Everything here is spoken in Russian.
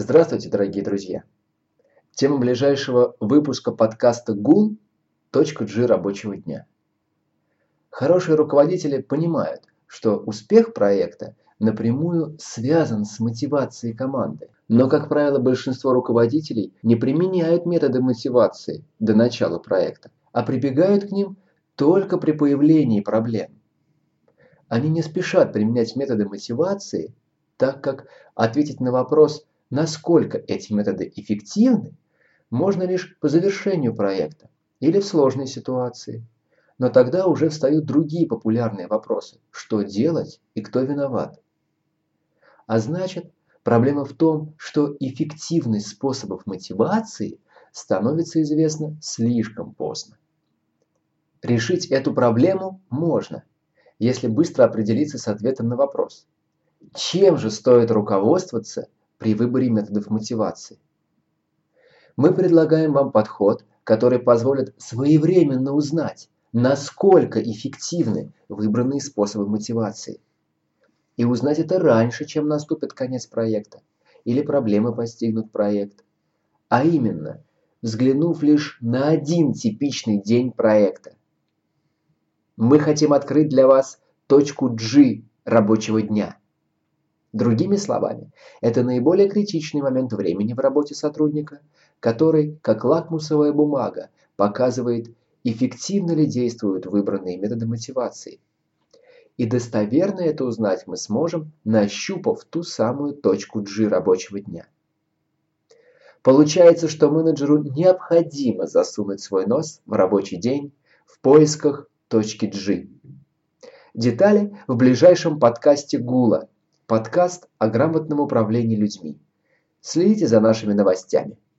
Здравствуйте, дорогие друзья! Тема ближайшего выпуска подкаста «ГУЛ» – точка G рабочего дня. Хорошие руководители понимают, что успех проекта напрямую связан с мотивацией команды. Но, как правило, большинство руководителей не применяют методы мотивации до начала проекта, а прибегают к ним только при появлении проблем. Они не спешат применять методы мотивации, так как ответить на вопрос, насколько эти методы эффективны, можно лишь по завершению проекта или в сложной ситуации. Но тогда уже встают другие популярные вопросы: что делать и кто виноват? А значит, проблема в том, что эффективность способов мотивации становится известна слишком поздно. Решить эту проблему можно, если быстро определиться с ответом на вопрос: чем же стоит руководствоваться при выборе методов мотивации? Мы предлагаем вам подход, который позволит своевременно узнать, насколько эффективны выбранные способы мотивации. И узнать это раньше, чем наступит конец проекта или проблемы постигнут проект. А именно, взглянув лишь на один типичный день проекта. Мы хотим открыть для вас точку G рабочего дня. Другими словами, это наиболее критичный момент времени в работе сотрудника, который, как лакмусовая бумага, показывает, эффективно ли действуют выбранные методы мотивации. И достоверно это узнать мы сможем, нащупав ту самую точку G рабочего дня. Получается, что менеджеру необходимо засунуть свой нос в рабочий день в поисках точки G. Детали в ближайшем подкасте «ГУЛа». Подкаст о грамотном управлении людьми. Следите за нашими новостями.